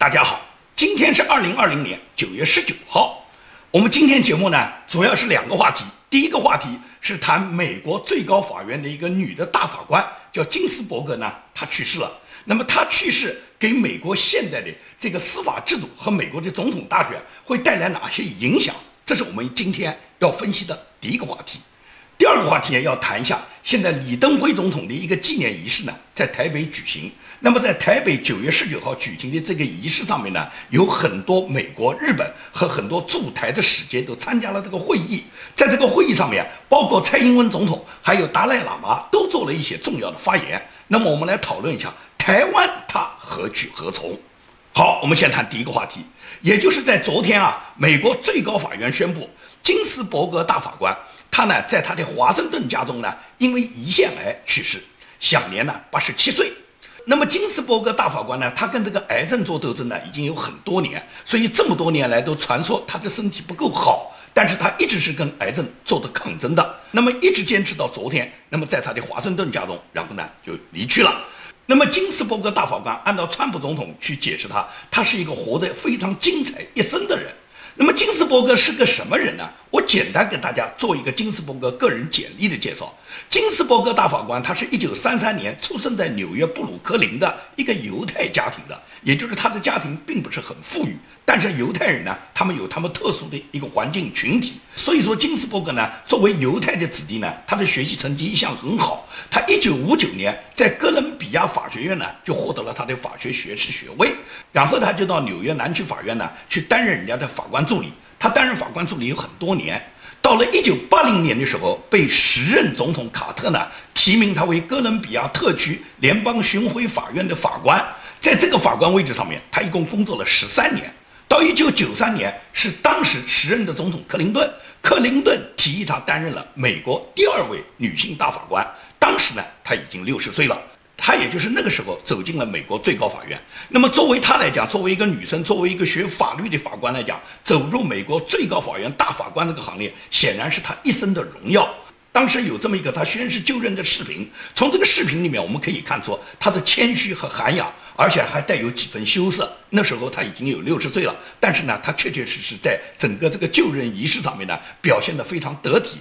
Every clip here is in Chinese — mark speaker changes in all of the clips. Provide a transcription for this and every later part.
Speaker 1: 大家好，今天是2020年9月19号。我们今天节目呢，主要是两个话题。第一个话题是谈美国最高法院的一个女的大法官，叫金斯伯格呢，她去世了。那么她去世给美国现代的这个司法制度和美国的总统大选会带来哪些影响？这是我们今天要分析的第一个话题。第二个话题要谈一下，现在李登辉总统的一个纪念仪式呢，在台北举行。那么在台北9月19号举行的这个仪式上面呢，有很多美国、日本和很多驻台的使节都参加了这个会议。在这个会议上面，包括蔡英文总统还有达赖喇嘛都做了一些重要的发言。那么我们来讨论一下台湾它何去何从。好，我们先谈第一个话题，也就是在昨天啊，美国最高法院宣布，金斯伯格大法官他呢在他的华盛顿家中呢，因为胰腺癌去世，享年呢87岁。那么金斯伯格大法官呢，他跟这个癌症做斗争呢，已经有很多年，所以这么多年来都传说他的身体不够好，但是他一直是跟癌症做的抗争的，那么一直坚持到昨天，那么在他的华盛顿家中，然后呢就离去了。那么金斯伯格大法官按照川普总统去解释他是一个活得非常精彩一生的人。那么金斯伯格是个什么人呢？我简单给大家做一个金斯伯格个人简历的介绍。金斯伯格大法官他是1933年出生在纽约布鲁克林的一个犹太家庭的，也就是他的家庭并不是很富裕，但是犹太人呢，他们有他们特殊的一个环境群体，所以说金斯伯格呢，作为犹太的子弟呢，他的学习成绩一向很好。他1959年在哥伦比亚法学院呢，就获得了他的法学学士学位，然后他就到纽约南区法院呢去担任人家的法官助理。他担任法官助理有很多年，到了1980年的时候，被时任总统卡特呢提名他为哥伦比亚特区联邦巡回法院的法官。在这个法官位置上面，他一共工作了13年。到1993年，是当时时任的总统克林顿提议他担任了美国第2位女性大法官。当时呢，他已经60岁了。他也就是那个时候走进了美国最高法院。那么作为他来讲，作为一个女生，作为一个学法律的法官来讲，走入美国最高法院大法官这个行列，显然是他一生的荣耀。当时有这么一个他宣誓就任的视频，从这个视频里面我们可以看出他的谦虚和涵养，而且还带有几分羞涩。那时候他已经有60岁了，但是呢，他确确实实在整个这个就任仪式上面呢，表现得非常得体。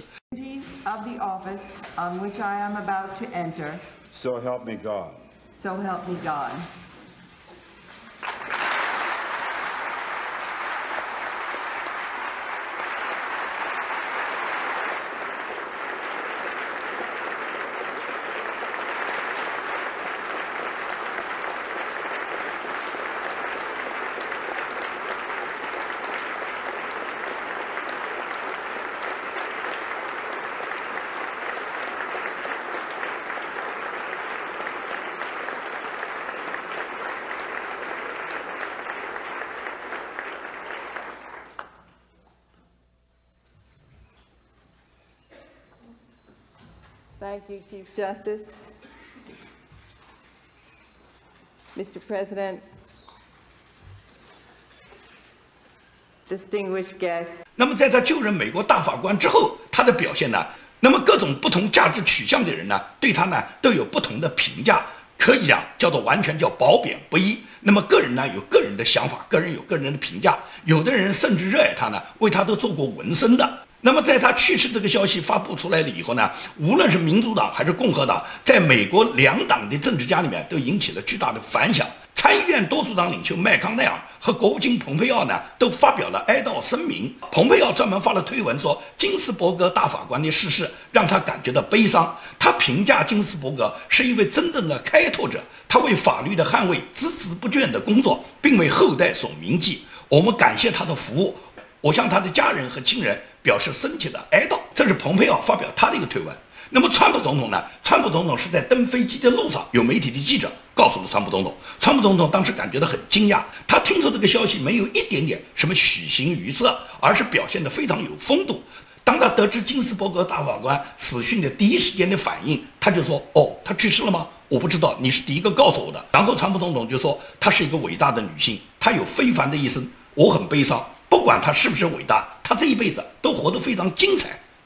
Speaker 2: Of the office on which I am about to enter.
Speaker 3: So help me God.
Speaker 2: So help me God. Thank you, Chief Justice. Mr. President, distinguished guests.
Speaker 1: 那么在他就任美国大法官之后，他的表现呢，那么各种不同价值取向的人呢，对他呢都有不同的评价，可以讲叫做完全叫褒贬不一。那么个人呢有个人的想法，个人有个人的评价，有的人甚至热爱他呢，为他都做过纹身的。那么在他去世这个消息发布出来了以后呢，无论是民主党还是共和党，在美国两党的政治家里面都引起了巨大的反响。参议院多数党领袖麦康奈尔和国务卿蓬佩奥呢，都发表了哀悼声明。蓬佩奥专门发了推文说，金斯伯格大法官的逝世让他感觉到悲伤。他评价金斯伯格是一位真正的开拓者，他为法律的捍卫孜孜不倦的工作，并为后代所铭记。我们感谢他的服务。我向他的家人和亲人表示深切的哀悼。这是蓬佩奥发表他的一个推文。那么川普总统呢？川普总统是在登飞机的路上，有媒体的记者告诉了川普总统。川普总统当时感觉到很惊讶，他听说这个消息没有一点点什么喜形于色，而是表现得非常有风度。当他得知金斯伯格大法官死讯的第一时间的反应，他就说：“哦，他去世了吗？我不知道，你是第一个告诉我的。”然后川普总统就说：“她是一个伟大的女性，她有非凡的一生，我很悲伤。不管她是不是伟大，她这一辈子都活得非常精彩。”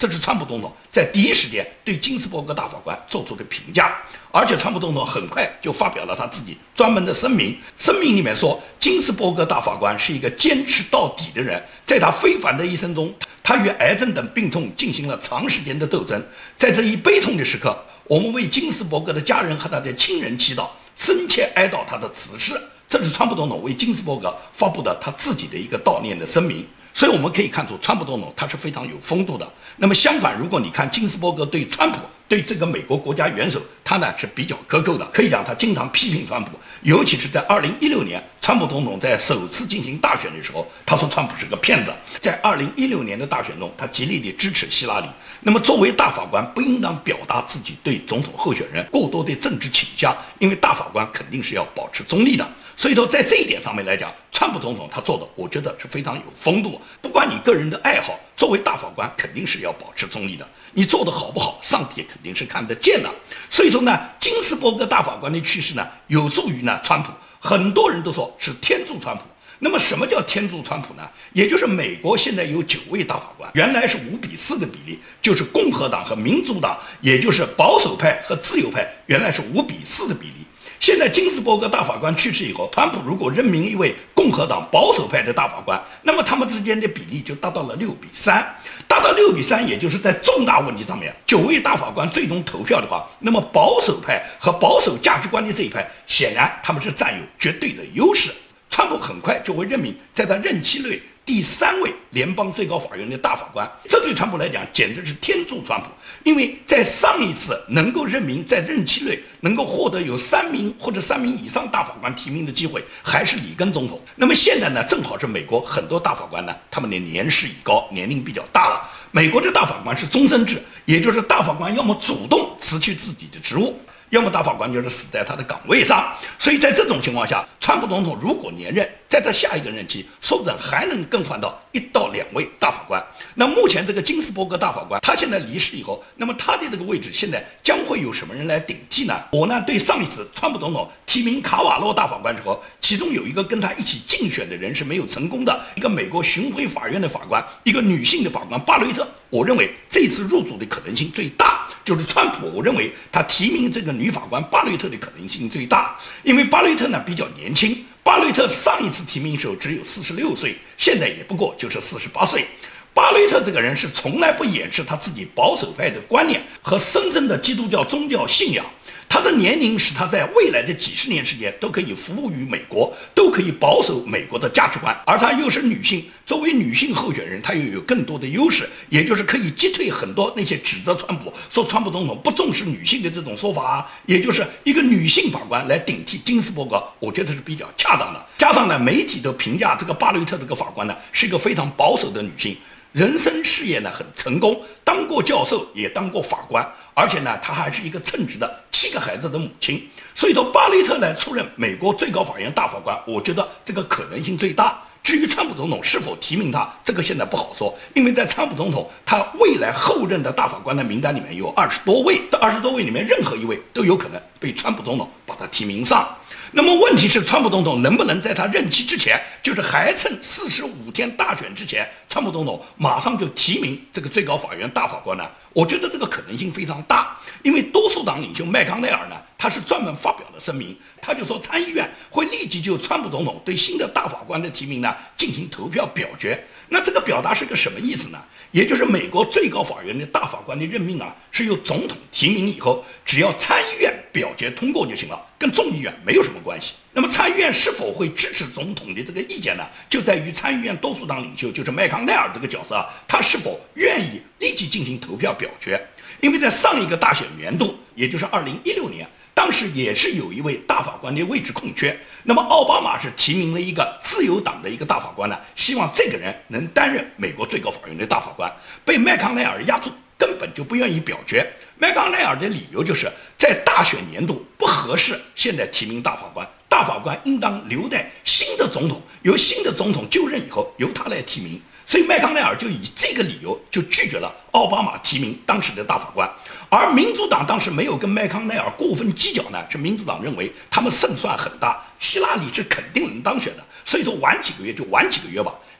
Speaker 1: 这是川普总统在第一时间对金斯伯格大法官做出的评价。而且川普总统很快就发表了他自己专门的声明，声明里面说，金斯伯格大法官是一个坚持到底的人，在他非凡的一生中，他与癌症等病痛进行了长时间的斗争。在这一悲痛的时刻，我们为金斯伯格的家人和他的亲人祈祷，深切哀悼他的辞世。这是川普总统为金斯伯格发布的他自己的一个悼念的声明。所以我们可以看出，川普总统他是非常有风度的。那么相反，如果你看金斯伯格对川普，对这个美国国家元首，他呢是比较苛刻的，可以讲他经常批评川普，尤其是在2016年，川普总统在首次进行大选的时候，他说川普是个骗子。在2016年的大选中，他极力的支持希拉里。那么作为大法官，不应当表达自己对总统候选人过多的政治倾向，因为大法官肯定是要保持中立的。所以说，在这一点上面来讲，川普总统他做的，我觉得是非常有风度。不管你个人的爱好，作为大法官肯定是要保持中立的。你做的好不好，上帝肯定是看得见的。所以说呢，金斯伯格大法官的去世呢，有助于呢川普。很多人都说是天助川普。那么什么叫天助川普呢？也就是美国现在有9位大法官，原来是5:4的比例，就是共和党和民主党，也就是保守派和自由派，原来是5:4的比例。现在金斯伯格大法官去世以后，川普如果任命一位共和党保守派的大法官，那么他们之间的比例就达到了6:3，达到6:3，也就是在重大问题上面，9位大法官最终投票的话，那么保守派和保守价值观的这一派，显然他们是占有绝对的优势。川普很快就会任命在他任期内第3位联邦最高法院的大法官，这对川普来讲简直是天助川普，因为在上一次能够任命在任期内能够获得有3名或者3名以上大法官提名的机会，还是里根总统。那么现在呢，正好是美国很多大法官呢，他们的年事已高，年龄比较大了。美国的大法官是终身制，也就是大法官要么主动辞去自己的职务，要么大法官就是死在他的岗位上。所以在这种情况下，川普总统如果连任，在他下一个任期，说不准还能更换到1到2位大法官。那目前这个金斯伯格大法官，他现在离世以后，那么他的这个位置现在将会有什么人来顶替呢？我呢对上一次川普总统提名卡瓦诺大法官之后，其中有一个跟他一起竞选的人是没有成功的，一个美国巡回法院的法官，一个女性的法官巴雷特。我认为这次入主的可能性最大，就是川普，我认为他提名这个女法官巴雷特的可能性最大，因为巴雷特呢比较年轻。巴雷特上一次提名时候只有46岁，现在也不过就是48岁。巴雷特这个人是从来不掩饰他自己保守派的观念和深深的基督教宗教信仰。他的年龄使他在未来的几十年时间都可以服务于美国，都可以保守美国的价值观。而她又是女性，作为女性候选人，她又有更多的优势，也就是可以击退很多那些指责川普说川普总统不重视女性的这种说法啊。也就是一个女性法官来顶替金斯伯格，我觉得是比较恰当的。加上呢，媒体都评价这个巴雷特这个法官呢是一个非常保守的女性。人生事业呢很成功，当过教授，也当过法官，而且呢，她还是一个称职的7个孩子的母亲。所以说，巴雷特来出任美国最高法院大法官，我觉得这个可能性最大。至于川普总统是否提名他，这个现在不好说，因为在川普总统他未来后任的大法官的名单里面有20多位，这20多位里面任何一位都有可能被川普总统把他提名上。那么问题是，川普总统能不能在他任期之前，就是还剩45天大选之前，川普总统马上就提名这个最高法院大法官呢？我觉得这个可能性非常大，因为多数党领袖麦康奈尔呢，他是专门发表了声明，他就说参议院会立即就川普总统对新的大法官的提名呢进行投票表决。那这个表达是个什么意思呢？也就是美国最高法院的大法官的任命啊，是由总统提名以后，只要参议院表决通过就行了，跟众议院没有什么关系。那么参议院是否会支持总统的这个意见呢？就在于参议院多数党领袖就是麦康奈尔这个角色啊，他是否愿意立即进行投票表决。因为在上一个大选年度，也就是2016年，当时也是有一位大法官的位置空缺，那么奥巴马是提名了一个自由党的一个大法官呢，希望这个人能担任美国最高法院的大法官，被麦康奈尔压住，根本就不愿意表决。麦康奈尔的理由就是在大选年度不合适现在提名大法官，大法官应当留待新的总统，由新的总统就任以后由他来提名。所以麦康奈尔就以这个理由就拒绝了奥巴马提名当时的大法官。而民主党当时没有跟麦康奈尔过分计较呢，是民主党认为他们胜算很大，希拉里是肯定能当选的，所以说晚几个月就晚几个月吧。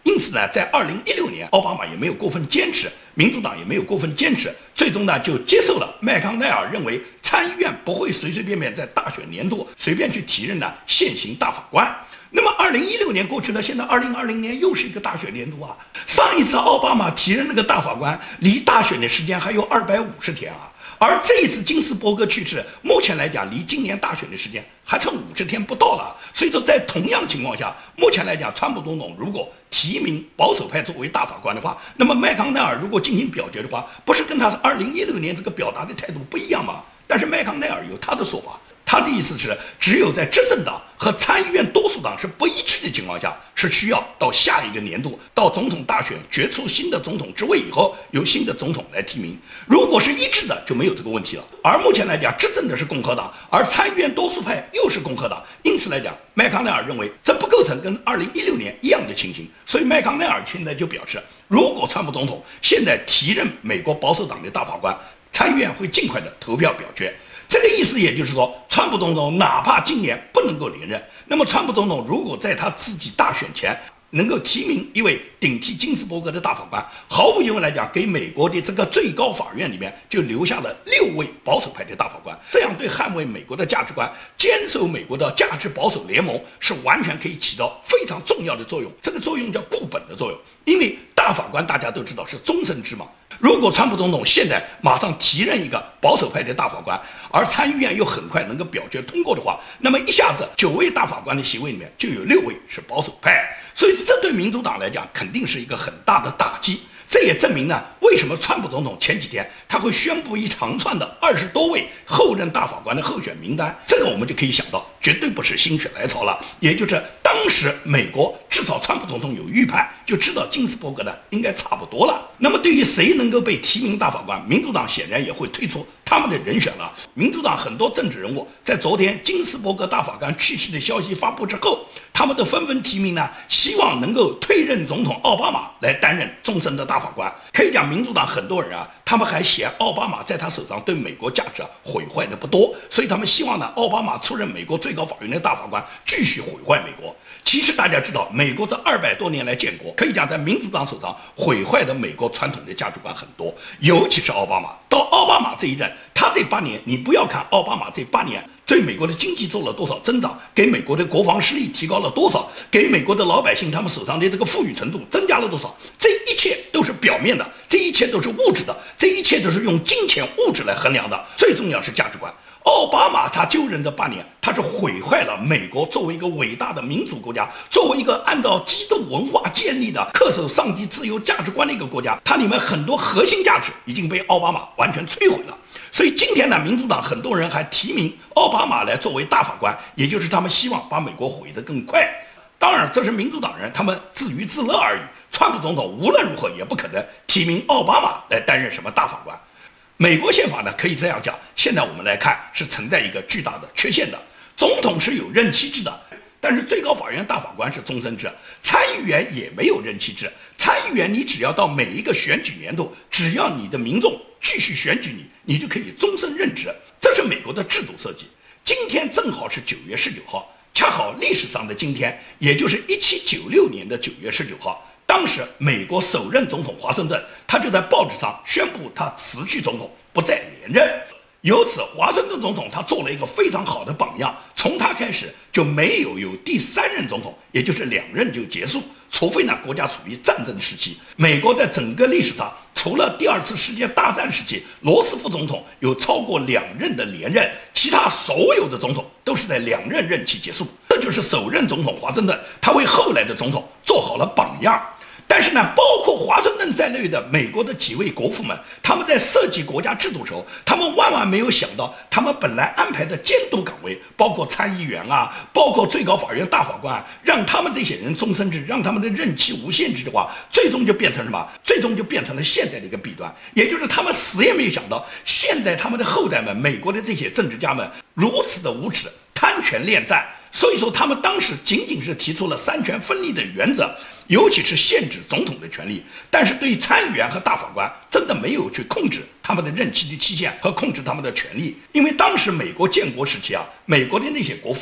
Speaker 1: 因此呢，在2016年，奥巴马也没有过分坚持，民主党也没有过分坚持，最终呢就接受了麦康奈尔认为参议院不会随随便便在大选年度随便去提任呢现行大法官。那么2016年过去了，现在2020年又是一个大选年度啊。上一次奥巴马提任那个大法官，离大选的时间还有250天啊。而这一次金斯伯格去世，目前来讲离今年大选的时间还剩50天不到了。所以说，在同样情况下，目前来讲，川普总统如果提名保守派作为大法官的话，那么麦康奈尔如果进行表决的话，不是跟他2016年这个表达的态度不一样吗？但是麦康奈尔有他的说法。他的意思是，只有在执政党和参议院多数党是不一致的情况下，是需要到下一个年度，到总统大选决出新的总统之位以后，由新的总统来提名。如果是一致的，就没有这个问题了。而目前来讲，执政的是共和党，而参议院多数派又是共和党，因此来讲，麦康奈尔认为这不构成跟2016年一样的情形。所以麦康奈尔现在就表示，如果川普总统现在提任美国保守党的大法官，参议院会尽快的投票表决。这个意思也就是说，川普总统哪怕今年不能够连任，那么川普总统如果在他自己大选前能够提名一位顶替金斯伯格的大法官，毫无疑问来讲，给美国的这个最高法院里面就留下了6位保守派的大法官，这样对捍卫美国的价值观、坚守美国的价值保守联盟是完全可以起到非常重要的作用。这个作用叫固本的作用，因为大法官大家都知道是终身制嘛。如果川普总统现在马上提任一个保守派的大法官，而参议院又很快能够表决通过的话，那么一下子9位大法官的席位里面就有6位是保守派，所以这对民主党来讲肯定是一个很大的打击。这也证明呢，为什么川普总统前几天他会宣布一长串的20多位后任大法官的候选名单，这个我们就可以想到，绝对不是心血来潮了。也就是当时美国至少川普总统有预判，就知道金斯伯格呢应该差不多了。那么对于谁能够被提名大法官，民主党显然也会推出他们的人选了。民主党很多政治人物在昨天金斯伯格大法官去世的消息发布之后，他们都纷纷提名呢，希望能够退任总统奥巴马来担任终身的大法官。可以讲，民主党很多人啊，他们还嫌奥巴马在他手上对美国价值毁坏的不多，所以他们希望呢，奥巴马出任美国最高法院的大法官，继续毁坏美国。其实大家知道，美国这200多年来建国，可以讲在民主党手上毁坏的美国传统的价值观很多，尤其是奥巴马。到奥巴马这一任，他这8年，你不要看奥巴马这8年对美国的经济做了多少增长，给美国的国防实力提高了多少，给美国的老百姓他们手上的这个富裕程度增加了多少，这一切都是表面的，这一切都是物质的，这一切都是用金钱物质来衡量的，最重要是价值观。奥巴马他就任这8年，他是毁坏了美国作为一个伟大的民主国家，作为一个按照基督文化建立的恪守上帝自由价值观的一个国家，它里面很多核心价值已经被奥巴马完全摧毁了。所以今天呢，民主党很多人还提名奥巴马来作为大法官，也就是他们希望把美国毁得更快。当然，这是民主党人他们自娱自乐而已。川普总统无论如何也不可能提名奥巴马来担任什么大法官。美国宪法呢，可以这样讲，现在我们来看是存在一个巨大的缺陷的。总统是有任期制的，但是最高法院大法官是终身制，参议员也没有任期制。参议员你只要到每一个选举年度，只要你的民众继续选举你，你就可以终身任职，这是美国的制度设计。今天正好是9月19号，恰好历史上的今天，也就是1796年的9月19号。当时美国首任总统华盛顿，他就在报纸上宣布他辞去总统，不再连任。由此，华盛顿总统他做了一个非常好的榜样，从他开始就没有第3任总统，也就是2任就结束，除非呢国家处于战争时期。美国在整个历史上，除了第2次世界大战时期罗斯福总统有超过2任的连任，其他所有的总统都是在2任任期结束。这就是首任总统华盛顿，他为后来的总统做好了榜样。但是呢，包括华盛顿在内的美国的几位国父们，他们在设计国家制度的时候，他们万万没有想到，他们本来安排的监督岗位，包括参议员啊，包括最高法院大法官啊，让他们这些人终身制，让他们的任期无限制的话，最终就变成什么？最终就变成了现在的一个弊端，也就是他们死也没有想到，现在他们的后代们，美国的这些政治家们如此的无耻，贪权恋战。所以说，他们当时仅仅是提出了3权分立的原则，尤其是限制总统的权利，但是对于参议员和大法官真的没有去控制他们的任期的期限和控制他们的权利。因为当时美国建国时期啊，美国的那些国父们，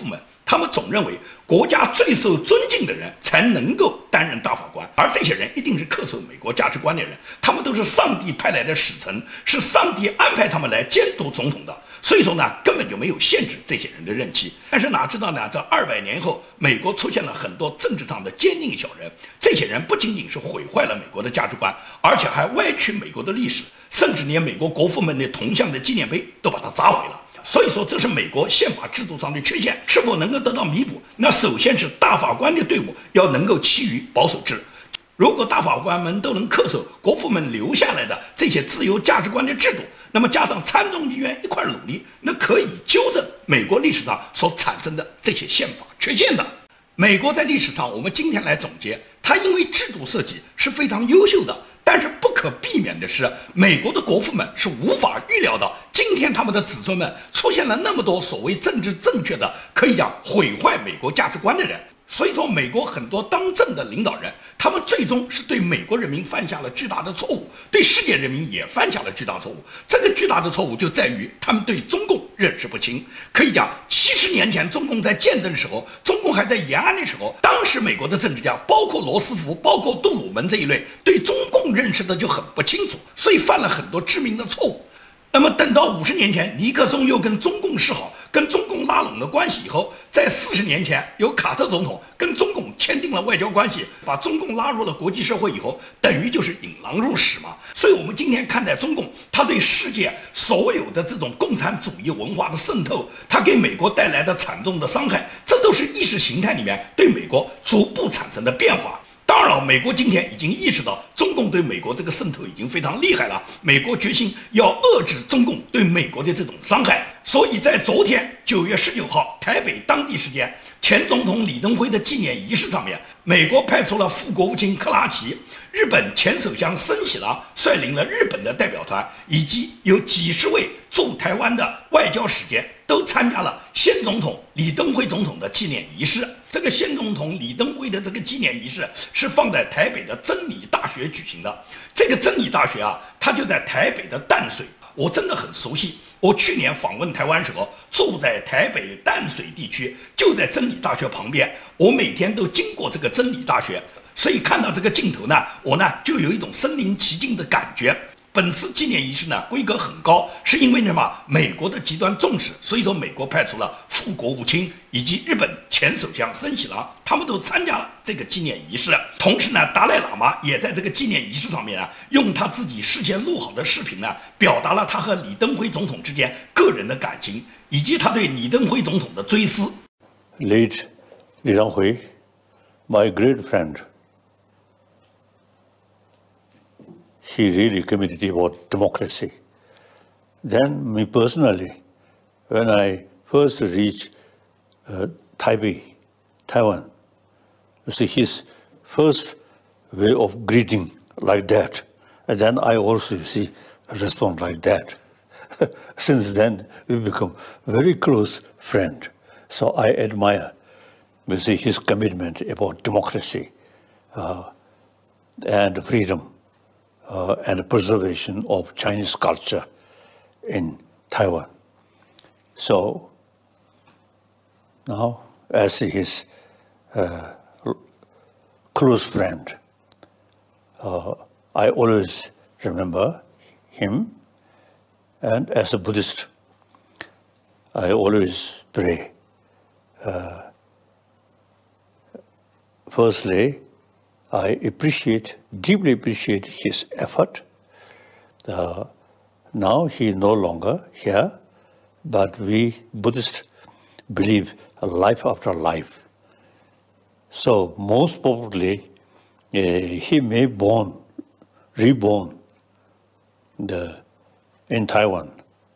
Speaker 1: 他们总认为国家最受尊敬的人才能够担任大法官，而这些人一定是恪守美国价值观的人，他们都是上帝派来的使臣，是上帝安排他们来监督总统的。所以说呢，根本就没有限制这些人的任期。但是哪知道呢，这200年后，美国出现了很多政治上的奸佞小人，这些人不仅仅是毁坏了美国的价值观，而且还歪曲美国的历史，甚至连美国国父们的铜像的纪念碑都把它砸毁了。所以说，这是美国宪法制度上的缺陷，是否能够得到弥补？那首先是大法官的队伍要能够趋于保守制。如果大法官们都能恪守国父们留下来的这些自由价值观的制度，那么加上参众议院一块努力，那可以纠正美国历史上所产生的这些宪法缺陷的。美国在历史上，我们今天来总结，它因为制度设计是非常优秀的，但是不可避免的是，美国的国父们是无法预料到今天他们的子孙们出现了那么多所谓政治正确的，可以讲毁坏美国价值观的人。所以说，美国很多当政的领导人，他们最终是对美国人民犯下了巨大的错误，对世界人民也犯下了巨大错误。这个巨大的错误就在于他们对中共认识不清。可以讲，70年前中共在建政的时候，中共还在延安的时候，当时美国的政治家，包括罗斯福，包括杜鲁门这一类，对中共认识的就很不清楚，所以犯了很多致命的错误。那么等到50年前，尼克松又跟中共示好，跟中共拉拢了关系以后，在40年前，由卡特总统跟中共签订了外交关系，把中共拉入了国际社会以后，等于就是引狼入室嘛。所以我们今天看待中共，他对世界所有的这种共产主义文化的渗透，他给美国带来的惨重的伤害，这都是意识形态里面对美国逐步产生的变化。当然了，美国今天已经意识到中共对美国这个渗透已经非常厉害了，美国决心要遏制中共对美国的这种伤害。所以在昨天9月19号台北当地时间，前总统李登辉的纪念仪式上面，美国派出了副国务卿克拉奇，日本前首相森喜朗率领了日本的代表团，以及有几十位驻台湾的外交使节都参加了先总统李登辉总统的纪念仪式。这个先总统李登辉的这个纪念仪式是放在台北的真理大学举行的。这个真理大学啊，它就在台北的淡水，我真的很熟悉。我去年访问台湾时候，住在台北淡水地区，就在真理大学旁边，我每天都经过这个真理大学，所以看到这个镜头呢，我呢就有一种身临其境的感觉。本次纪念仪式呢规格很高，是因为什么？美国的极端重视，所以说美国派出了副国务卿以及日本前首相森喜朗，他们都参加了这个纪念仪式。同时呢，达赖喇嘛也在这个纪念仪式上面呢，用他自己事先录好的视频呢，表达了他和李登辉总统之间个人的感情，以及他对李登辉总统的追思。
Speaker 3: Late Li Denghui, my great friend. He really committed about democracy. Then me personally, when I first reached Taipei, Taiwan, you see his first way of greeting like that, and then I also, you see, respond like that. Since then, we become very close friend. So I admire, you see, his commitment about democracy and freedom. And preservation of Chinese culture in Taiwan. So now, as his close friend, I always remember him, and as a Buddhist, I always pray. Firstly, I deeply appreciate his effort. Now he is no longer here, but we Buddhists believe life after life. So most probably, he may reborn in Taiwan.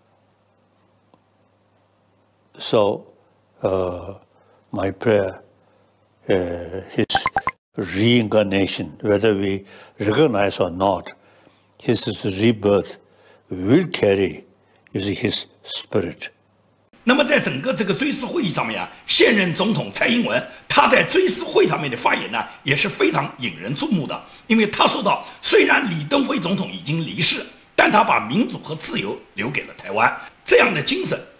Speaker 3: So my prayer, his reincarnation, whether we recognize or not, his rebirth will carry, you see, his spirit.
Speaker 1: 那么在整个这个追思会议上面啊，现任总统蔡英文他在追思会上面的发言呢，也是非常引人注目的。因为他说到，虽然李登辉总统已经离世，但他把民主和自由留给了台湾，这样的精神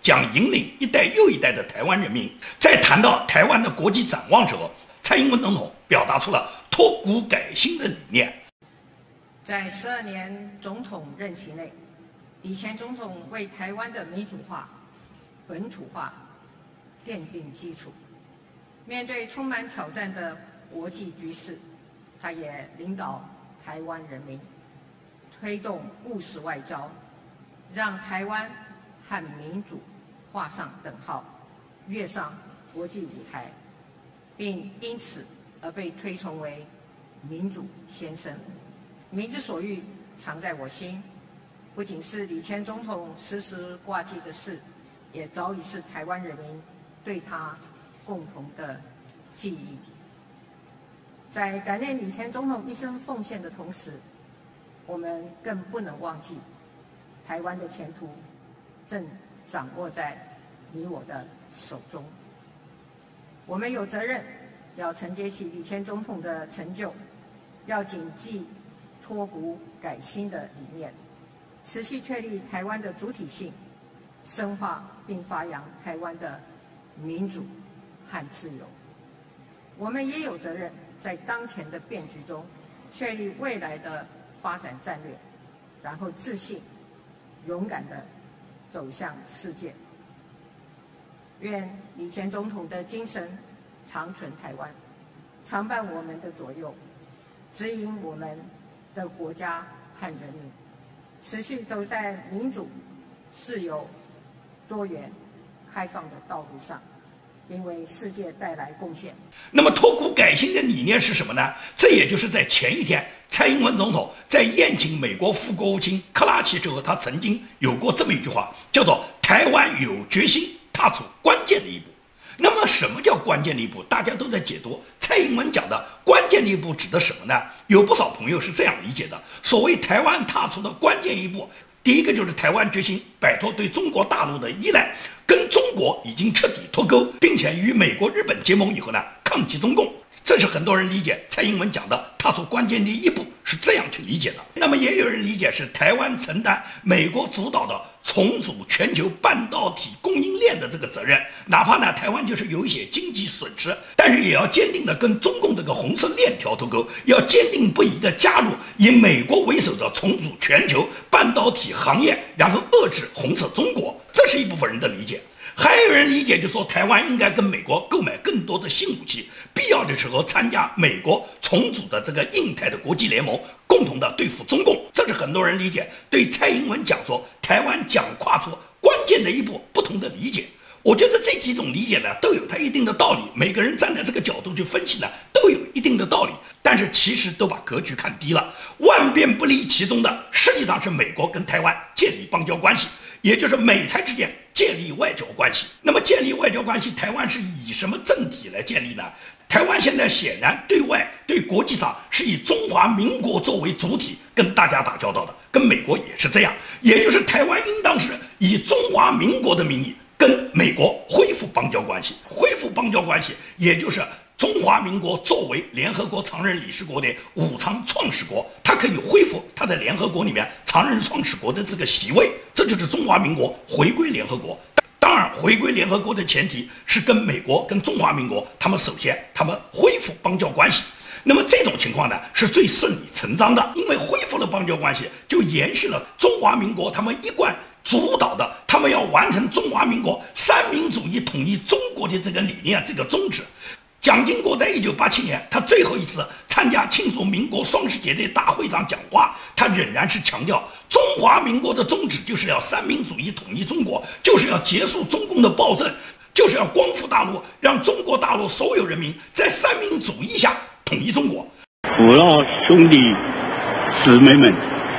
Speaker 1: 将引领一代又一代的台湾人民。在谈到台湾的国际展望时候，蔡英文总统表达出了脱古改新的理念。
Speaker 4: 在12年总统任期内，李前总统为台湾的民主化、本土化奠定基础。面对充满挑战的国际局势，他也领导台湾人民推动务实外交，让台湾和民主画上等号，跃上国际舞台，并因此而被推崇为民主先生。民之所欲，常在我心，不仅是李前总统时时挂记的事，也早已是台湾人民对他共同的记忆。在感念李前总统一生奉献的同时，我们更不能忘记，台湾的前途正掌握在你我的手中。我们有责任要承接起李前总统的成就，要谨记脱古改新的理念，持续确立台湾的主体性，深化并发扬台湾的民主和自由。我们也有责任在当前的变局中确立未来的发展战略，然后自信、勇敢地走向世界。愿李前总统的精神长存台湾，常伴我们的左右，指引我们的国家和人民，持续走在民主、自由、多元、开放的道路上，并为世界带来贡献。
Speaker 1: 那么脱古改新的理念是什么呢？这也就是在前一天，蔡英文总统在宴请美国副国务卿克拉奇之后，他曾经有过这么一句话，叫做“台湾有决心踏出关键的一步”。那么什么叫关键的一步？大家都在解读。蔡英文讲的关键的一步指的什么呢？有不少朋友是这样理解的：所谓台湾踏出的关键一步，第一个就是台湾决心摆脱对中国大陆的依赖，跟中国已经彻底脱钩，并且与美国、日本结盟以后呢，抗击中共。这是很多人理解蔡英文讲的踏出关键的一步是这样去理解的。那么也有人理解是台湾承担美国主导的重组全球半导体供应链的这个责任，哪怕呢台湾就是有一些经济损失，但是也要坚定的跟中共这个红色链条脱钩，要坚定不移的加入以美国为首的重组全球半导体行业，然后遏制红色中国。这是一部分人的理解。还有人理解就说台湾应该跟美国购买更多的新武器，必要的时候参加美国重组的这个印太的国际联盟，共同的对付中共。这是很多人理解对蔡英文讲说台湾将跨出关键的一步不同的理解。我觉得这几种理解呢都有它一定的道理，每个人站在这个角度去分析呢都有一定的道理，但是其实都把格局看低了。万变不离其宗的实际上是美国跟台湾建立邦交关系，也就是美台之间建立外交关系。那么建立外交关系，台湾是以什么政体来建立呢？台湾现在显然对外对国际上是以中华民国作为主体跟大家打交道的，跟美国也是这样，也就是台湾应当是以中华民国的名义跟美国恢复邦交关系。恢复邦交关系，也就是中华民国作为联合国常任理事国的5常创始国，它可以恢复它在联合国里面常任创始国的这个席位，这就是中华民国回归联合国。当然，回归联合国的前提是跟美国、跟中华民国，他们首先他们恢复邦交关系。那么这种情况呢，是最顺理成章的，因为恢复了邦交关系，就延续了中华民国他们一贯主导的，他们要完成中华民国三民主义统一中国的这个理念、这个宗旨。蒋经国在1987年，他最后一次参加庆祝民国双十节的大会上讲话，他仍然是强调中华民国的宗旨就是要三民主义统一中国，就是要结束中共的暴政，就是要光复大陆，让中国大陆所有人民在三民主义下统一中国。
Speaker 5: 父老兄弟姊妹们，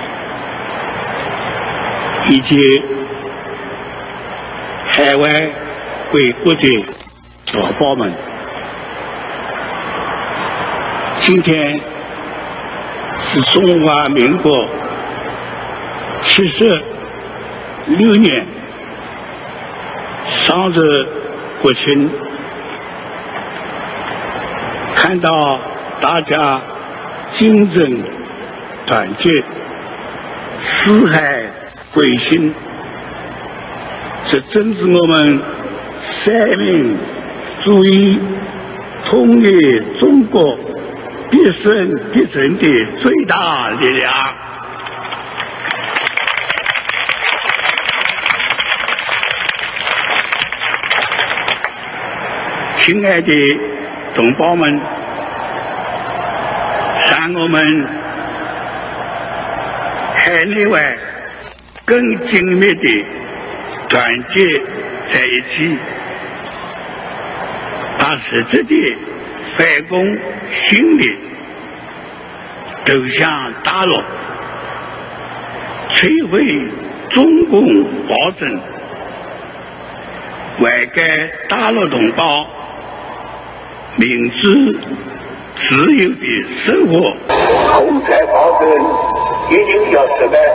Speaker 5: 以及海外归国的侨胞们，今天是中华民国76年生日国庆，看到大家精神团结、四海归心， 这正是我们三民主义统一中国必胜必胜的最大力量。亲爱的同胞们，让我们海内外更紧密地团结在一起，把实质的反攻心理投向大陆，摧毁中共暴政，还给大陆同胞民主自由的生活。
Speaker 6: 共产暴政一定要失败，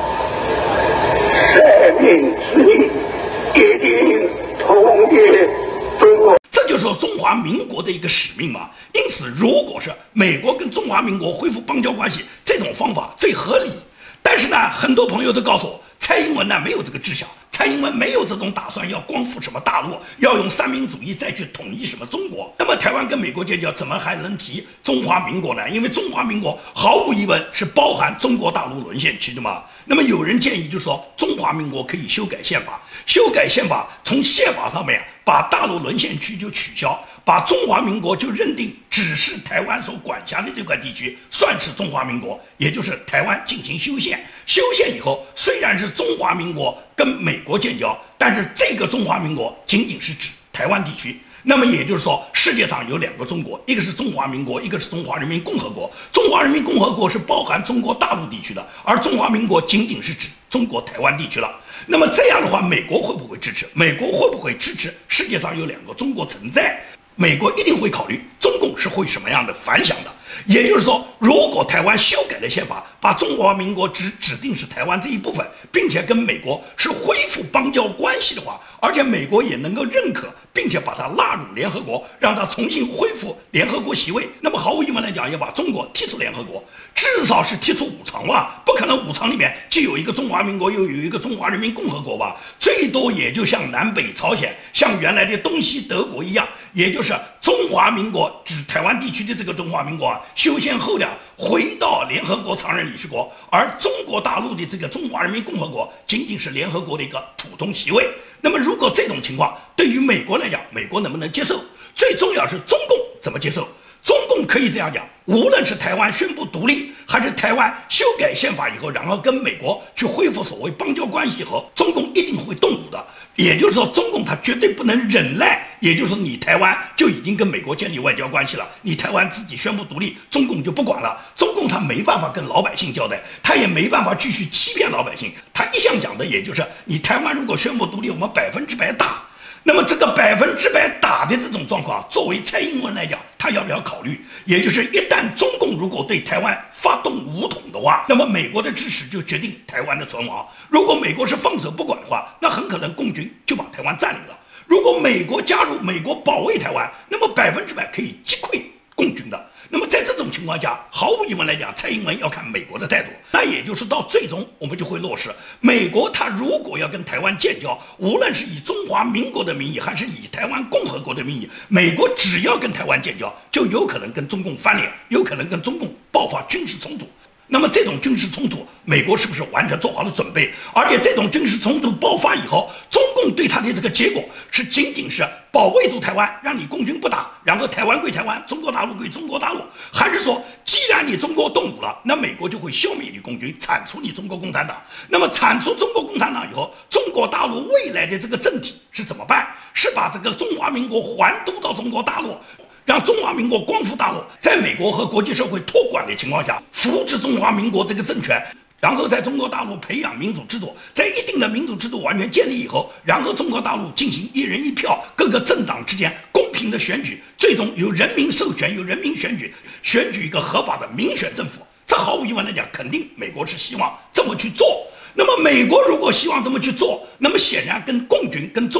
Speaker 6: 三民之力一定统一中国。
Speaker 1: 这就是中华民国的一个使命嘛。因此，如果是美国跟中华民国恢复邦交关系，这种方法最合理。但是呢，很多朋友都告诉我，蔡英文呢没有这个志向。蔡英文没有这种打算，要光复什么大陆，要用三民主义再去统一什么中国。那么台湾跟美国建交，怎么还能提中华民国呢？因为中华民国毫无疑问是包含中国大陆沦陷区的嘛。那么有人建议就是说，中华民国可以修改宪法，修改宪法，从宪法上面把大陆沦陷区就取消，把中华民国就认定只是台湾所管辖的这块地区算是中华民国，也就是台湾进行修宪。修宪以后，虽然是中华民国跟美国建交，但是这个中华民国仅仅是指台湾地区。那么也就是说，世界上有两个中国，一个是中华民国，一个是中华人民共和国。中华人民共和国是包含中国大陆地区的，而中华民国仅仅是指中国台湾地区了。那么这样的话，美国会不会支持？美国会不会支持世界上有两个中国存在？美国一定会考虑中共是会什么样的反响的。也就是说，如果台湾修改了宪法，把中华民国指定是台湾这一部分，并且跟美国是恢复邦交关系的话，而且美国也能够认可，并且把它纳入联合国，让它重新恢复联合国席位，那么毫无疑问来讲，要把中国踢出联合国，至少是踢出五常吧，不可能五常里面既有一个中华民国，又有一个中华人民共和国吧，最多也就像南北朝鲜，像原来的东西德国一样，也就是中华民国指台湾地区的这个中华民国修宪后的回到联合国常任理事国，而中国大陆的这个中华人民共和国仅仅是联合国的一个普通席位。那么如果这种情况对于美国来讲，美国能不能接受？最重要是中共怎么接受？中共可以这样讲，无论是台湾宣布独立，还是台湾修改宪法以后，然后跟美国去恢复所谓邦交关系以后，中共一定会动武的。也就是说，中共他绝对不能忍耐，也就是说，你台湾就已经跟美国建立外交关系了，你台湾自己宣布独立，中共就不管了。中共他没办法跟老百姓交代，他也没办法继续欺骗老百姓。他一向讲的也就是，你台湾如果宣布独立，我们100%打。那么这个100%打的这种状况，作为蔡英文来讲，他要不要考虑？也就是一旦中共如果对台湾发动武统的话，那么美国的支持就决定台湾的存亡。如果美国是放手不管的话，那很可能共军就把台湾占领了。如果美国加入，美国保卫台湾，那么100%可以击溃共军的。那么在这种情况下，毫无疑问来讲，蔡英文要看美国的态度。那也就是到最终我们就会落实，美国他如果要跟台湾建交，无论是以中华民国的名义，还是以台湾共和国的名义，美国只要跟台湾建交，就有可能跟中共翻脸，有可能跟中共爆发军事冲突。那么这种军事冲突，美国是不是完全做好了准备？而且这种军事冲突爆发以后，中共对他的这个结果是仅仅是保卫住台湾，让你共军不打，然后台湾归台湾，中国大陆归中国大陆，还是说，既然你中国动武了，那美国就会消灭你共军，铲除你中国共产党？那么铲除中国共产党以后，中国大陆未来的这个政体是怎么办？是把这个中华民国还都到中国大陆？让中华民国光复大陆，在美国和国际社会托管的情况下，扶持中华民国这个政权，然后在中国大陆培养民主制度，在一定的民主制度完全建立以后，然后中国大陆进行一人一票，各个政党之间公平的选举，最终由人民授权，由人民选举，选举一个合法的民选政府。这毫无疑问来讲，肯定美国是希望这么去做。那么美国如果希望这么去做，那么显然跟共军、跟中共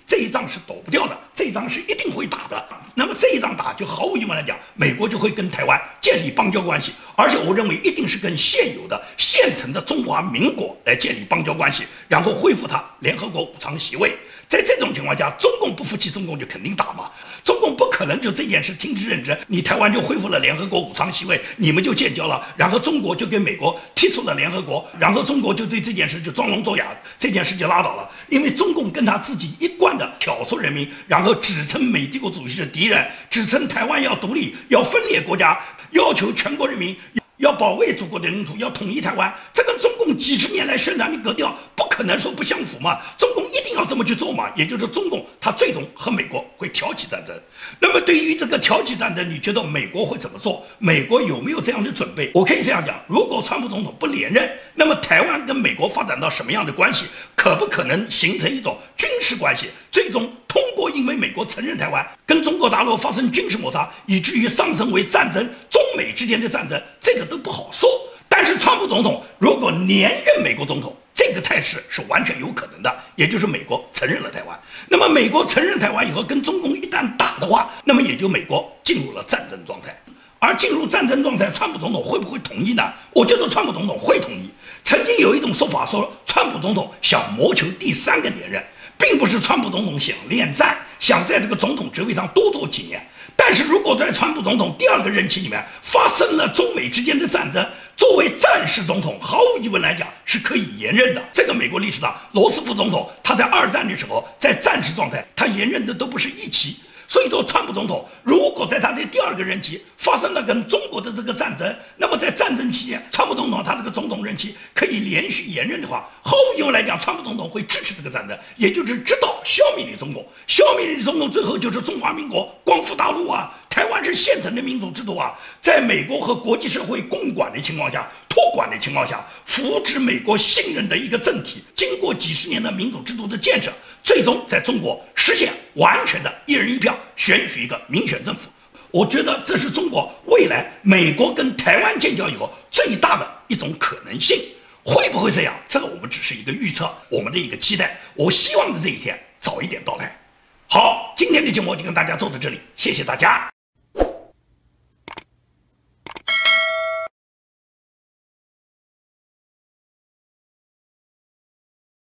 Speaker 1: 这一仗是躲不掉的，这一仗是一定会打的。那么这一仗打，就毫无疑问来讲，美国就会跟台湾建立邦交关系，而且我认为一定是跟现有的现成的中华民国来建立邦交关系，然后恢复它联合国5常席位。在这种情况下，中共不服气，中共就肯定打嘛。中共不可能就这件事听之任之，你台湾就恢复了联合国5常席位，你们就建交了，然后中国就跟美国踢出了联合国，然后中国就对这件事就装聋作哑，这件事就拉倒了。因为中共跟他自己一贯的挑唆人民，然后指称美帝国主义是敌人，指称台湾要独立，要分裂国家，要求全国人民要保卫祖国的领土，要统一台湾，这跟中共几十年来宣传的格调不可能说不相符嘛。中共一定要这么去做嘛，也就是中共他最终和美国会挑起战争。那么对于这个挑起战争，你觉得美国会怎么做？美国有没有这样的准备？我可以这样讲，如果川普总统不连任，那么台湾跟美国发展到什么样的关系？可不可能形成一种军事关系？最终通过因为美国承认台湾，跟中国大陆发生军事摩擦，以至于上升为战争，中美之间的战争，这个都不好说。但是川普总统如果连任美国总统，这个态势是完全有可能的，也就是美国承认了台湾。那么美国承认台湾以后，跟中共一旦打的话，那么也就美国进入了战争状态。而进入战争状态，川普总统会不会同意呢？我觉得川普总统会同意。曾经有一种说法说，川普总统想谋求第3个连任，并不是川普总统想恋战，想在这个总统职位上多做几年。但是如果在川普总统第2个任期里面发生了中美之间的战争，作为战时总统，毫无疑问来讲是可以延任的。这个美国历史上，罗斯福总统他在2战的时候在战时状态，他延任的都不是一期。所以说，川普总统如果在他的第2个任期发生了跟中国的这个战争，那么在战争期间，川普总统他这个总统任期可以连续延任的话，毫无疑问来讲，川普总统会支持这个战争，也就是直到消灭你中共，消灭你中共，最后就是中华民国光复大陆啊，台湾是现成的民主制度啊，在美国和国际社会共管的情况下，托管的情况下，扶植美国信任的一个政体，经过几十年的民主制度的建设，最终在中国实现完全的1人1票，选举一个民选政府。我觉得这是中国未来美国跟台湾建交以后最大的一种可能性。会不会这样？这个我们只是一个预测，我们的一个期待。我希望的这一天早一点到来。好，今天的节目就跟大家做到这里，谢谢大家。